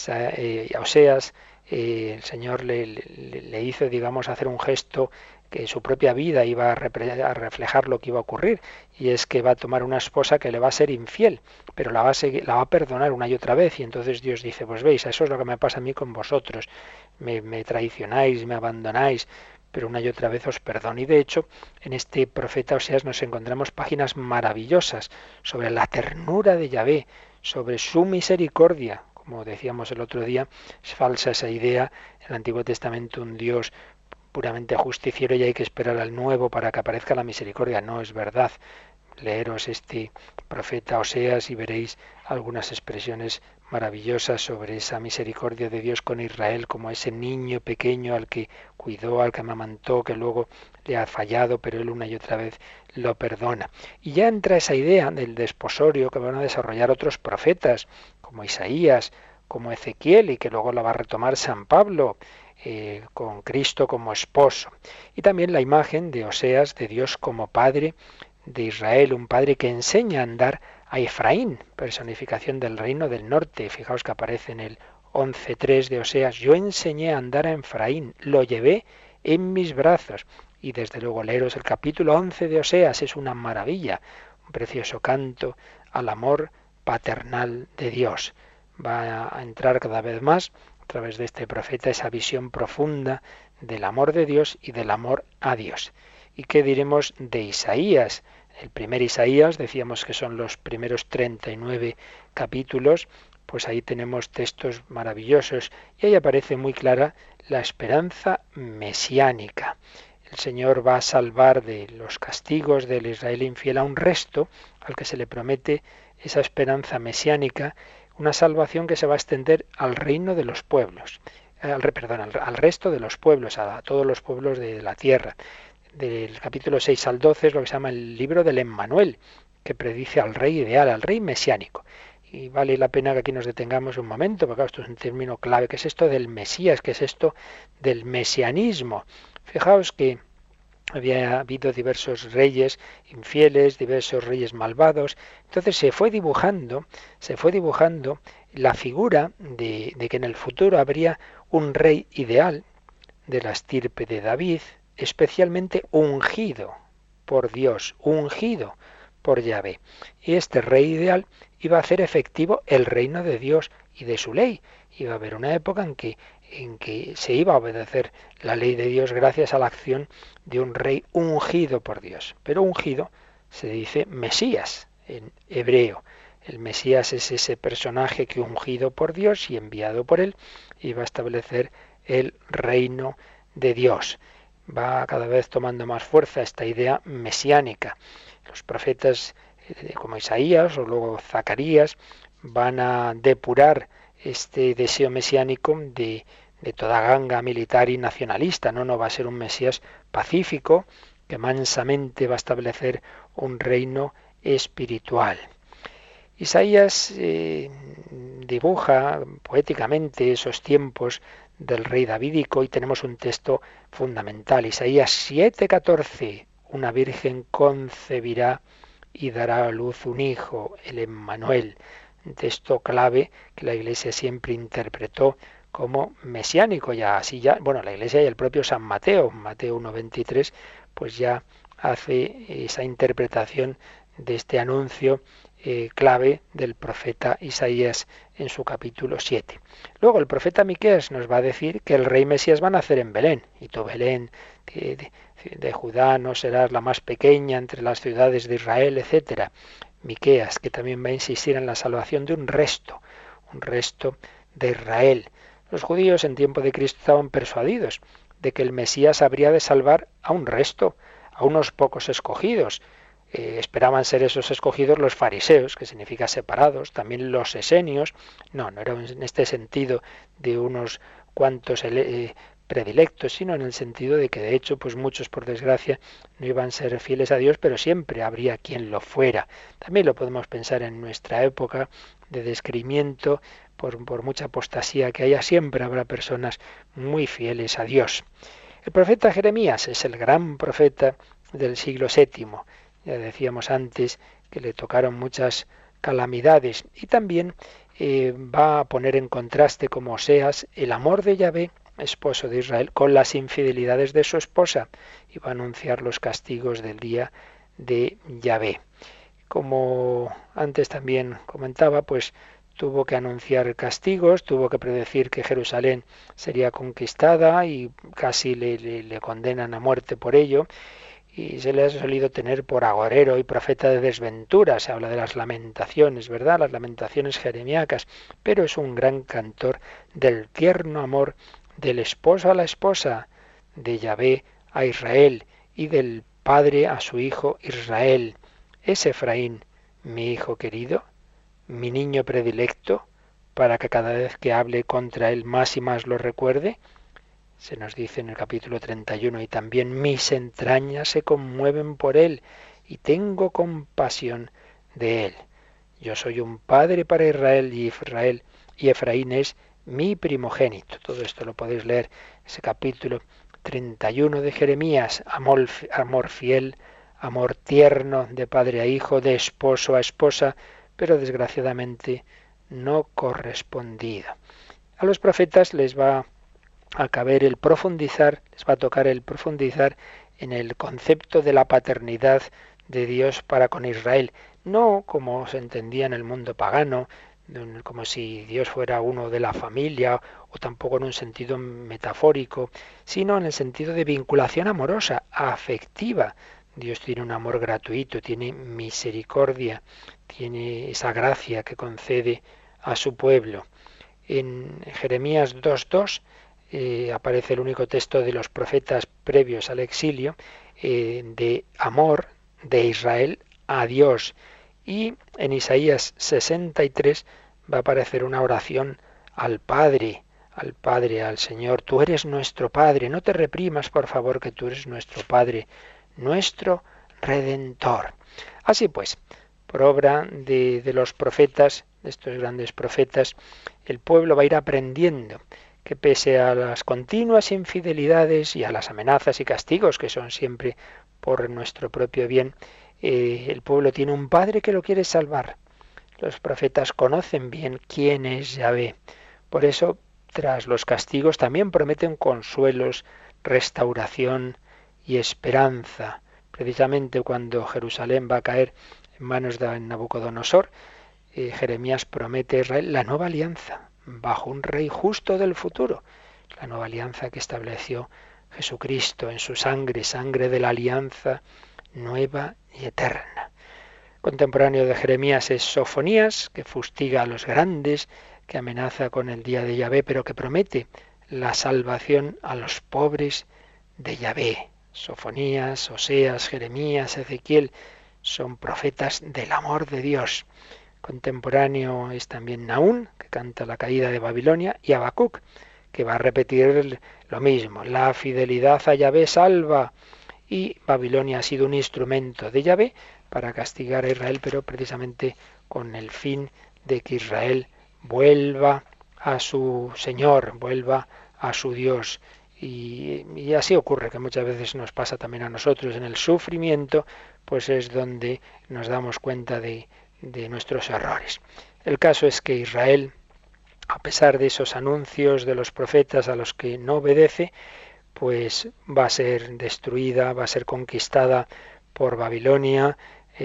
Oseas, el Señor le hizo, digamos, hacer un gesto que su propia vida iba a reflejar lo que iba a ocurrir, y es que va a tomar una esposa que le va a ser infiel, pero la va a perdonar una y otra vez, y entonces Dios dice, pues veis, eso es lo que me pasa a mí con vosotros, me traicionáis, me abandonáis, pero una y otra vez os perdono. Y de hecho, en este profeta Oseas nos encontramos páginas maravillosas sobre la ternura de Yahvé, sobre su misericordia. Como decíamos el otro día, es falsa esa idea, en el Antiguo Testamento un Dios puramente justiciero y hay que esperar al Nuevo para que aparezca la misericordia. No es verdad. Leeros este profeta Oseas y veréis algunas expresiones maravillosas sobre esa misericordia de Dios con Israel, como ese niño pequeño al que cuidó, al que amamantó, que luego le ha fallado, pero él una y otra vez lo perdona. Y ya entra esa idea del desposorio que van a desarrollar otros profetas, como Isaías, como Ezequiel, y que luego la va a retomar San Pablo, con Cristo como esposo. Y también la imagen de Oseas, de Dios como Padre de Israel, un Padre que enseña a andar a Efraín, personificación del reino del norte. Fijaos que aparece en el 11.3 de Oseas, yo enseñé a andar a Efraín, lo llevé en mis brazos. Y desde luego leeros el capítulo 11 de Oseas, es una maravilla, un precioso canto al amor paternal de Dios. Va a entrar cada vez más a través de este profeta esa visión profunda del amor de Dios y del amor a Dios. ¿Y qué diremos de Isaías? El primer Isaías, decíamos que son los primeros 39 capítulos, pues ahí tenemos textos maravillosos y ahí aparece muy clara la esperanza mesiánica. El Señor va a salvar de los castigos del Israel infiel a un resto al que se le promete esa esperanza mesiánica, una salvación que se va a extender al reino de los pueblos, al resto de los pueblos, a todos los pueblos de la tierra. Del capítulo 6 al 12 es lo que se llama el libro del Emmanuel, que predice al rey ideal, al rey mesiánico. Y vale la pena que aquí nos detengamos un momento, porque esto es un término clave. ¿Qué es esto del Mesías? ¿Qué es esto del mesianismo? Fijaos que había habido diversos reyes infieles, diversos reyes malvados. Entonces se fue dibujando la figura de que en el futuro habría un rey ideal de la estirpe de David, especialmente ungido por Dios, ungido por Yahvé. Y este rey ideal iba a hacer efectivo el reino de Dios y de su ley. Iba a haber una época en que se iba a obedecer la ley de Dios gracias a la acción de un rey ungido por Dios. Pero ungido se dice Mesías en hebreo. El Mesías es ese personaje que ungido por Dios y enviado por él iba a establecer el reino de Dios. Va cada vez tomando más fuerza esta idea mesiánica. Los profetas como Isaías o luego Zacarías van a depurar este deseo mesiánico de toda ganga militar y nacionalista. No va a ser un Mesías pacífico que mansamente va a establecer un reino espiritual. Isaías dibuja poéticamente esos tiempos del rey davídico y tenemos un texto fundamental. Isaías 7:14, una virgen concebirá y dará a luz un hijo, el Emmanuel. Un texto clave que la Iglesia siempre interpretó como mesiánico. La Iglesia y el propio San Mateo, Mateo 1:23, pues ya hace esa interpretación de este anuncio clave del profeta Isaías en su capítulo 7. Luego el profeta Miqueas nos va a decir que el rey Mesías va a nacer en Belén, y tú Belén de Judá no serás la más pequeña entre las ciudades de Israel, etc. Miqueas, que también va a insistir en la salvación de un resto de Israel. Los judíos en tiempo de Cristo estaban persuadidos de que el Mesías habría de salvar a un resto, a unos pocos escogidos. Esperaban ser esos escogidos los fariseos, que significa separados, también los esenios. No era en este sentido de unos cuantos predilectos, sino en el sentido de que de hecho pues muchos por desgracia no iban a ser fieles a Dios, pero siempre habría quien lo fuera. También lo podemos pensar en nuestra época de descreimiento, por mucha apostasía que haya, siempre habrá personas muy fieles a Dios. El profeta Jeremías es el gran profeta del siglo VII. Ya decíamos antes que le tocaron muchas calamidades y también va a poner en contraste, como Oseas, el amor de Yahvé, esposo de Israel, con las infidelidades de su esposa, y va a anunciar los castigos del día de Yahvé. Como antes también comentaba, pues tuvo que anunciar castigos, tuvo que predecir que Jerusalén sería conquistada y casi le condenan a muerte por ello. Y se le ha solido tener por agorero y profeta de desventura. Se habla de las lamentaciones, ¿verdad? Las lamentaciones jeremíacas. Pero es un gran cantor del tierno amor del esposo a la esposa, de Yahvé a Israel y del padre a su hijo Israel. Es Efraín, mi hijo querido, mi niño predilecto, para que cada vez que hable contra él más y más lo recuerde. Se nos dice en el capítulo 31, y también mis entrañas se conmueven por él, y tengo compasión de él. Yo soy un padre para Israel, y Efraín es mi primogénito. Todo esto lo podéis leer, ese capítulo 31 de Jeremías. Amor fiel, amor tierno de padre a hijo, de esposo a esposa, pero desgraciadamente no correspondido. A los profetas les va a caber les va a tocar el profundizar en el concepto de la paternidad de Dios para con Israel, no como se entendía en el mundo pagano, como si Dios fuera uno de la familia, o tampoco en un sentido metafórico, sino en el sentido de vinculación amorosa, afectiva. Dios tiene un amor gratuito, tiene misericordia, tiene esa gracia que concede a su pueblo. En Jeremías 2:2 aparece el único texto de los profetas previos al exilio de amor de Israel a Dios. Y en Isaías 63 va a aparecer una oración al Padre, al Señor. Tú eres nuestro Padre, no te reprimas, por favor, que tú eres nuestro Padre, nuestro Redentor. Así pues, por obra de los profetas, de estos grandes profetas, el pueblo va a ir aprendiendo que pese a las continuas infidelidades y a las amenazas y castigos que son siempre por nuestro propio bien, el pueblo tiene un Padre que lo quiere salvar. Los profetas conocen bien quién es Yahvé. Por eso, tras los castigos, también prometen consuelos, restauración y esperanza. Precisamente cuando Jerusalén va a caer en manos de Nabucodonosor, Jeremías promete a Israel la nueva alianza, bajo un rey justo del futuro. La nueva alianza que estableció Jesucristo en su sangre, sangre de la alianza nueva y eterna. Contemporáneo de Jeremías es Sofonías, que fustiga a los grandes, que amenaza con el día de Yahvé, pero que promete la salvación a los pobres de Yahvé. Sofonías, Oseas, Jeremías, Ezequiel son profetas del amor de Dios. Contemporáneo es también Nahún, que canta la caída de Babilonia, y Habacuc, que va a repetir lo mismo. La fidelidad a Yahvé salva, y Babilonia ha sido un instrumento de Yahvé para castigar a Israel, pero precisamente con el fin de que Israel vuelva a su Señor, vuelva a su Dios. Y así ocurre, que muchas veces nos pasa también a nosotros en el sufrimiento, pues es donde nos damos cuenta de nuestros errores. El caso es que Israel, a pesar de esos anuncios de los profetas a los que no obedece, pues va a ser destruida, va a ser conquistada por Babilonia.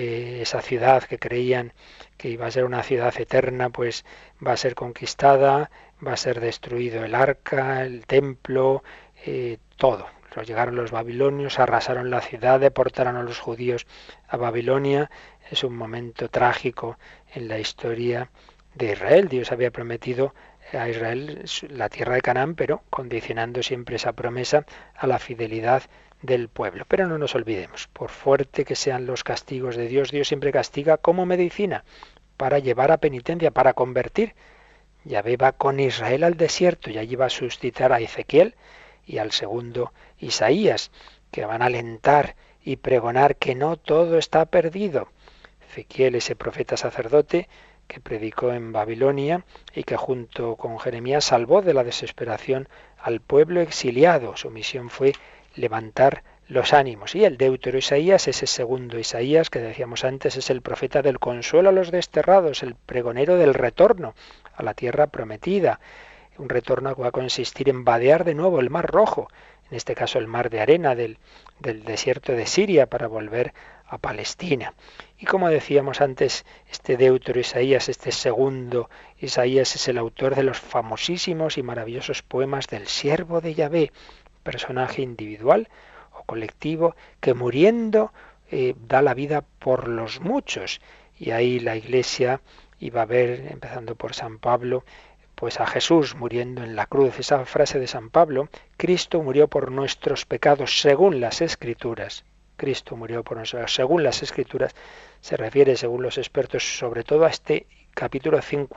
Esa ciudad que creían que iba a ser una ciudad eterna, pues va a ser conquistada, va a ser destruido el arca, el templo, todo. Llegaron los babilonios, arrasaron la ciudad, deportaron a los judíos a Babilonia. Es un momento trágico en la historia de Israel. Dios había prometido a Israel la tierra de Canaán, pero condicionando siempre esa promesa a la fidelidad del pueblo. Pero no nos olvidemos, por fuerte que sean los castigos de Dios, Dios siempre castiga como medicina, para llevar a penitencia, para convertir. Yahvé va con Israel al desierto y allí va a suscitar a Ezequiel y al segundo Isaías, que van a alentar y pregonar que no todo está perdido. Ezequiel, ese profeta sacerdote que predicó en Babilonia y que junto con Jeremías salvó de la desesperación al pueblo exiliado. Su misión fue levantar los ánimos. Y el deutero Isaías, ese segundo Isaías que decíamos antes, es el profeta del consuelo a los desterrados, el pregonero del retorno a la tierra prometida. Un retorno que va a consistir en vadear de nuevo el Mar Rojo, en este caso el mar de arena del desierto de Siria, para volver a Palestina. Y como decíamos antes, este deutero Isaías, este segundo Isaías, es el autor de los famosísimos y maravillosos poemas del siervo de Yahvé, personaje individual o colectivo que muriendo da la vida por los muchos. Y ahí la Iglesia iba a ver, empezando por San Pablo, pues a Jesús muriendo en la cruz. Esa frase de San Pablo, Cristo murió por nuestros pecados según las Escrituras. Cristo murió por nosotros según las Escrituras, se refiere, según los expertos, sobre todo a este capítulo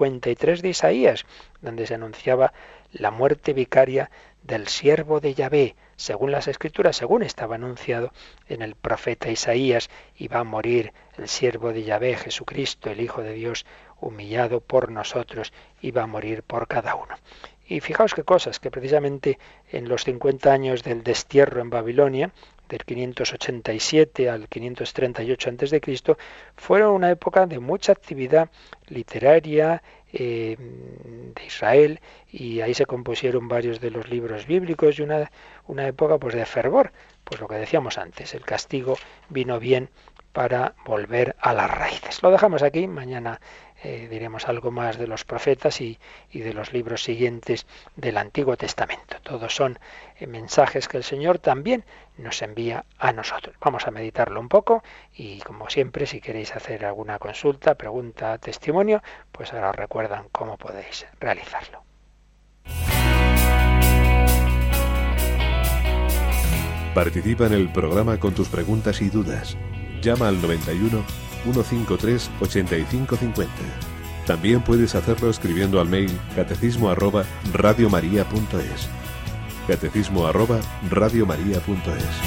53 de Isaías, donde se anunciaba la muerte vicaria del siervo de Yahvé, según las Escrituras, según estaba anunciado en el profeta Isaías. Iba a morir el siervo de Yahvé, Jesucristo, el Hijo de Dios, humillado por nosotros, iba a morir por cada uno. Y fijaos qué cosas, que precisamente en los 50 años del destierro en Babilonia, del 587 al 538 a.C., fueron una época de mucha actividad literaria de Israel, y ahí se compusieron varios de los libros bíblicos, y una época pues de fervor. Pues lo que decíamos antes, el castigo vino bien para volver a las raíces. Lo dejamos aquí, mañana diremos algo más de los profetas y de los libros siguientes del Antiguo Testamento. Todos son mensajes que el Señor también nos envía a nosotros. Vamos a meditarlo un poco y, como siempre, si queréis hacer alguna consulta, pregunta, testimonio, pues ahora os recuerdan cómo podéis realizarlo. Participa en el programa con tus preguntas y dudas. Llama al 91 153 8550. También puedes hacerlo escribiendo al mail catecismo@radiomaria.es. catecismo@radiomaria.es.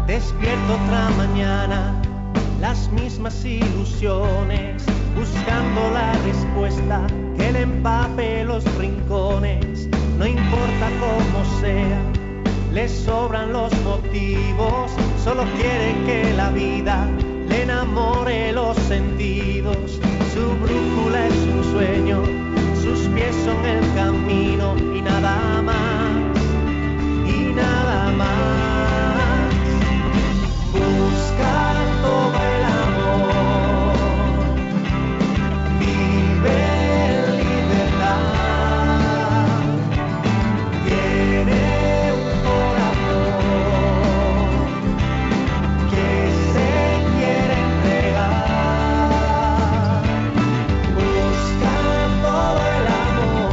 Despierto otra mañana, las mismas ilusiones, buscando la respuesta que le empape los rincones. No importa cómo sea, le sobran los motivos, solo quiere que la vida le enamore los sentidos. Su brújula es un sueño, sus pies son el camino y nada más, y nada más. Busca todo el amor, vive en libertad, tiene un corazón que se quiere entregar. Busca todo el amor,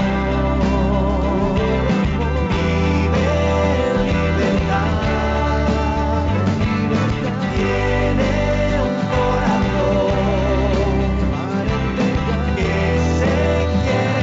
vive en libertad. Tiene un corazón que se quiere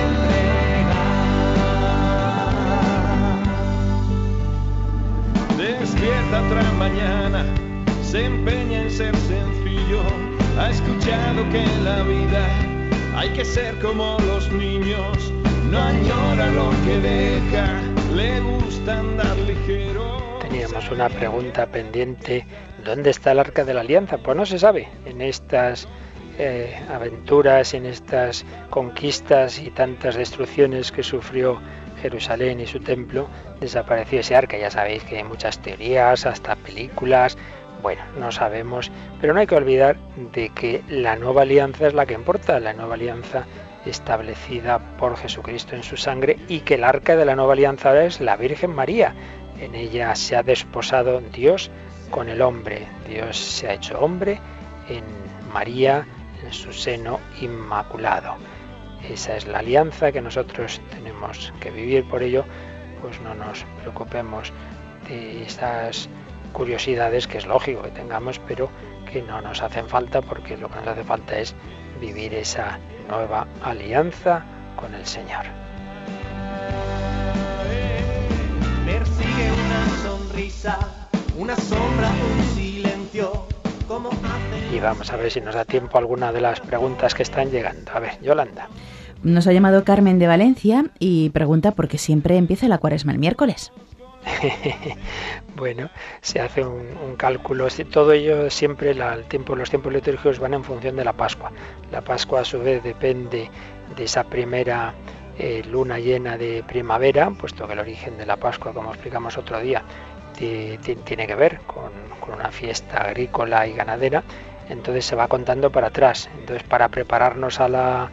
entregar. Despierta otra mañana, se empeña en ser sencillo. Ha escuchado que en la vida hay que ser como los niños. No añora lo que deja, le gusta andar ligero. Teníamos una pregunta pendiente. ¿Dónde está el Arca de la Alianza? Pues no se sabe. En estas aventuras, en estas conquistas y tantas destrucciones que sufrió Jerusalén y su templo, desapareció ese arca. Ya sabéis que hay muchas teorías, hasta películas. Bueno, no sabemos, pero no hay que olvidar de que la nueva alianza es la que importa, la nueva alianza establecida por Jesucristo en su sangre, y que el arca de la nueva alianza ahora es la Virgen María. En ella se ha desposado Dios con el hombre. Dios se ha hecho hombre en María, en su seno inmaculado. Esa es la alianza que nosotros tenemos que vivir. Por ello, pues no nos preocupemos de estas curiosidades que es lógico que tengamos, pero que no nos hacen falta, porque lo que nos hace falta es vivir esa nueva alianza con el Señor. Persigue una sonrisa, una sombra, un silencio, como hace... Y vamos a ver si nos da tiempo a alguna de las preguntas que están llegando. A ver, Yolanda. Nos ha llamado Carmen de Valencia y pregunta por qué siempre empieza la Cuaresma el miércoles. Bueno, se hace un cálculo. Todo ello siempre, los tiempos litúrgicos van en función de la Pascua. La Pascua a su vez depende de esa primera luna llena de primavera, puesto que el origen de la Pascua, como explicamos otro día, tiene que ver con una fiesta agrícola y ganadera. Entonces se va contando para atrás. Entonces, para prepararnos a la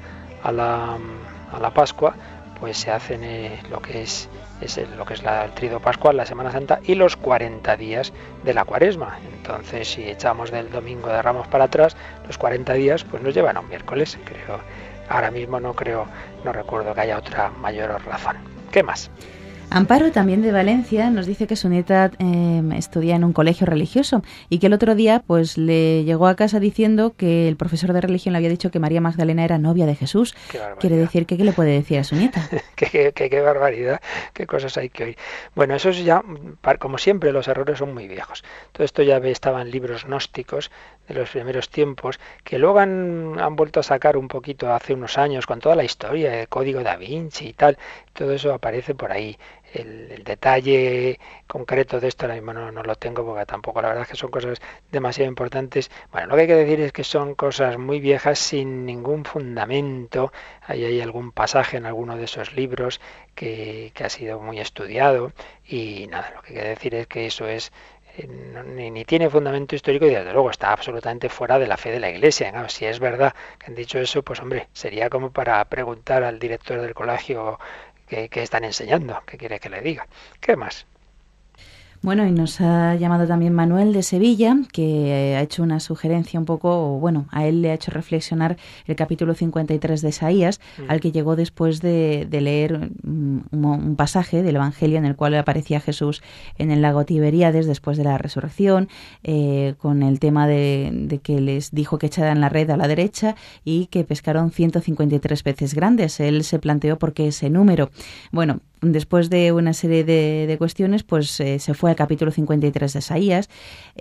Pascua, pues se hacen lo que es el Triduo Pascual, la Semana Santa, y los 40 días de la Cuaresma. Entonces, si echamos del Domingo de Ramos para atrás, los 40 días pues nos llevan a un miércoles. Ahora mismo no recuerdo que haya otra mayor razón. ¿Qué más? Amparo, también de Valencia, nos dice que su nieta estudia en un colegio religioso y que el otro día pues le llegó a casa diciendo que el profesor de religión le había dicho que María Magdalena era novia de Jesús. Quiere decir que ¿qué le puede decir a su nieta? Qué barbaridad, qué cosas hay que oír. Bueno, eso es ya, como siempre, los errores son muy viejos. Todo esto ya estaba en libros gnósticos de los primeros tiempos, que luego han vuelto a sacar un poquito hace unos años con toda la historia del Código Da Vinci y tal. Todo eso aparece por ahí. El detalle concreto de esto ahora mismo no lo tengo, porque tampoco, la verdad es que son cosas demasiado importantes. Bueno, lo que hay que decir es que son cosas muy viejas sin ningún fundamento. Hay algún pasaje en alguno de esos libros que ha sido muy estudiado, y nada, lo que hay que decir es que eso es ni tiene fundamento histórico, y desde luego está absolutamente fuera de la fe de la Iglesia. Claro, si es verdad que han dicho eso, pues hombre, sería como para preguntar al director del colegio ¿qué están enseñando? ¿Qué quiere que le diga? ¿Qué más? Bueno, y nos ha llamado también Manuel de Sevilla, que ha hecho una sugerencia un poco, bueno, a él le ha hecho reflexionar el capítulo 53 de Isaías, al que llegó después de leer un pasaje del Evangelio en el cual aparecía Jesús en el lago Tiberíades después de la resurrección, con el tema de que les dijo que echaran la red a la derecha y que pescaron 153 peces grandes. Él se planteó por qué ese número. Bueno, después de una serie de cuestiones, pues se fue al capítulo 53 de Isaías,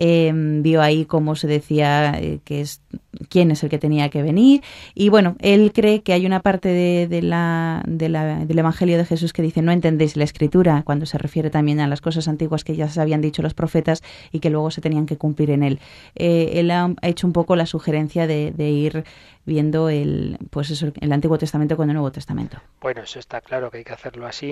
vio ahí cómo se decía quién es el que tenía que venir, y bueno, él cree que hay una parte del Evangelio de Jesús que dice: no entendéis la Escritura, cuando se refiere también a las cosas antiguas que ya se habían dicho los profetas y que luego se tenían que cumplir en él. Él ha hecho un poco la sugerencia de ir viendo el Antiguo Testamento con el Nuevo Testamento. Bueno, eso está claro que hay que hacerlo así,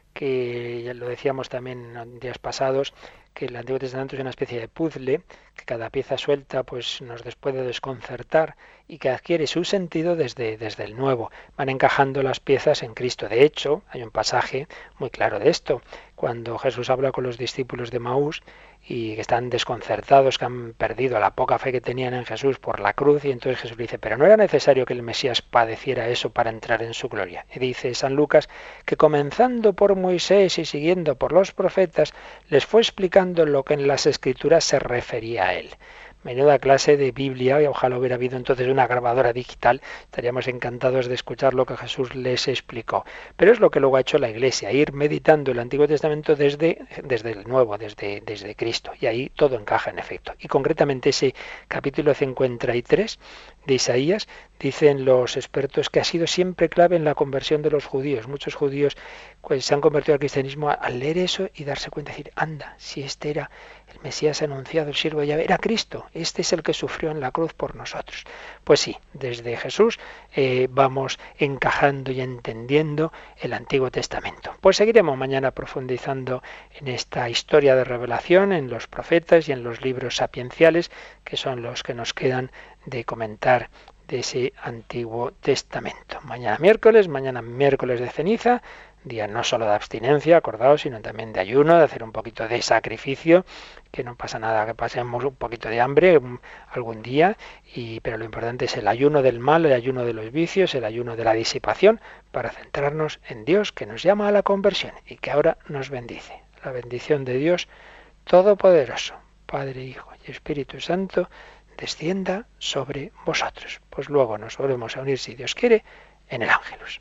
que ya lo decíamos también en días pasados, que el Antiguo Testamento es una especie de puzzle, que cada pieza suelta pues nos puede desconcertar y que adquiere su sentido desde el Nuevo. Van encajando las piezas en Cristo. De hecho, hay un pasaje muy claro de esto, cuando Jesús habla con los discípulos de Maús y que están desconcertados, que han perdido la poca fe que tenían en Jesús por la cruz, y entonces Jesús dice: pero no era necesario que el Mesías padeciera eso para entrar en su gloria. Y dice San Lucas que comenzando por Moisés y siguiendo por los profetas, les fue explicando lo que en las Escrituras se refería a él. Menuda clase de Biblia, y ojalá hubiera habido entonces una grabadora digital, estaríamos encantados de escuchar lo que Jesús les explicó. Pero es lo que luego ha hecho la Iglesia, ir meditando el Antiguo Testamento desde el Nuevo, desde Cristo, y ahí todo encaja en efecto. Y concretamente ese capítulo 53 de Isaías, dicen los expertos que ha sido siempre clave en la conversión de los judíos. Muchos judíos pues se han convertido al cristianismo al leer eso y darse cuenta, decir: anda, si este era el Mesías anunciado, el siervo de Yahvé, era Cristo, este es el que sufrió en la cruz por nosotros. Pues sí, desde Jesús vamos encajando y entendiendo el Antiguo Testamento. Pues seguiremos mañana profundizando en esta historia de revelación, en los profetas y en los libros sapienciales, que son los que nos quedan de comentar de ese Antiguo Testamento. Mañana miércoles de ceniza, día no solo de abstinencia, acordaos, sino también de ayuno, de hacer un poquito de sacrificio, que no pasa nada que pasemos un poquito de hambre algún día, pero lo importante es el ayuno del mal, el ayuno de los vicios, el ayuno de la disipación, para centrarnos en Dios, que nos llama a la conversión y que ahora nos bendice. La bendición de Dios Todopoderoso, Padre, Hijo y Espíritu Santo, descienda sobre vosotros. Pues luego nos volvemos a unir, si Dios quiere, en el Ángelus.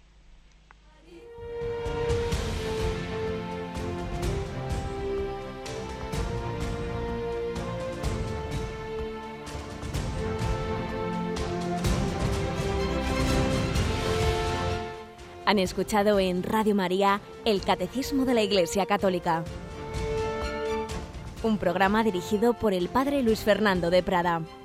Han escuchado en Radio María el Catecismo de la Iglesia Católica, un programa dirigido por el Padre Luis Fernando de Prada.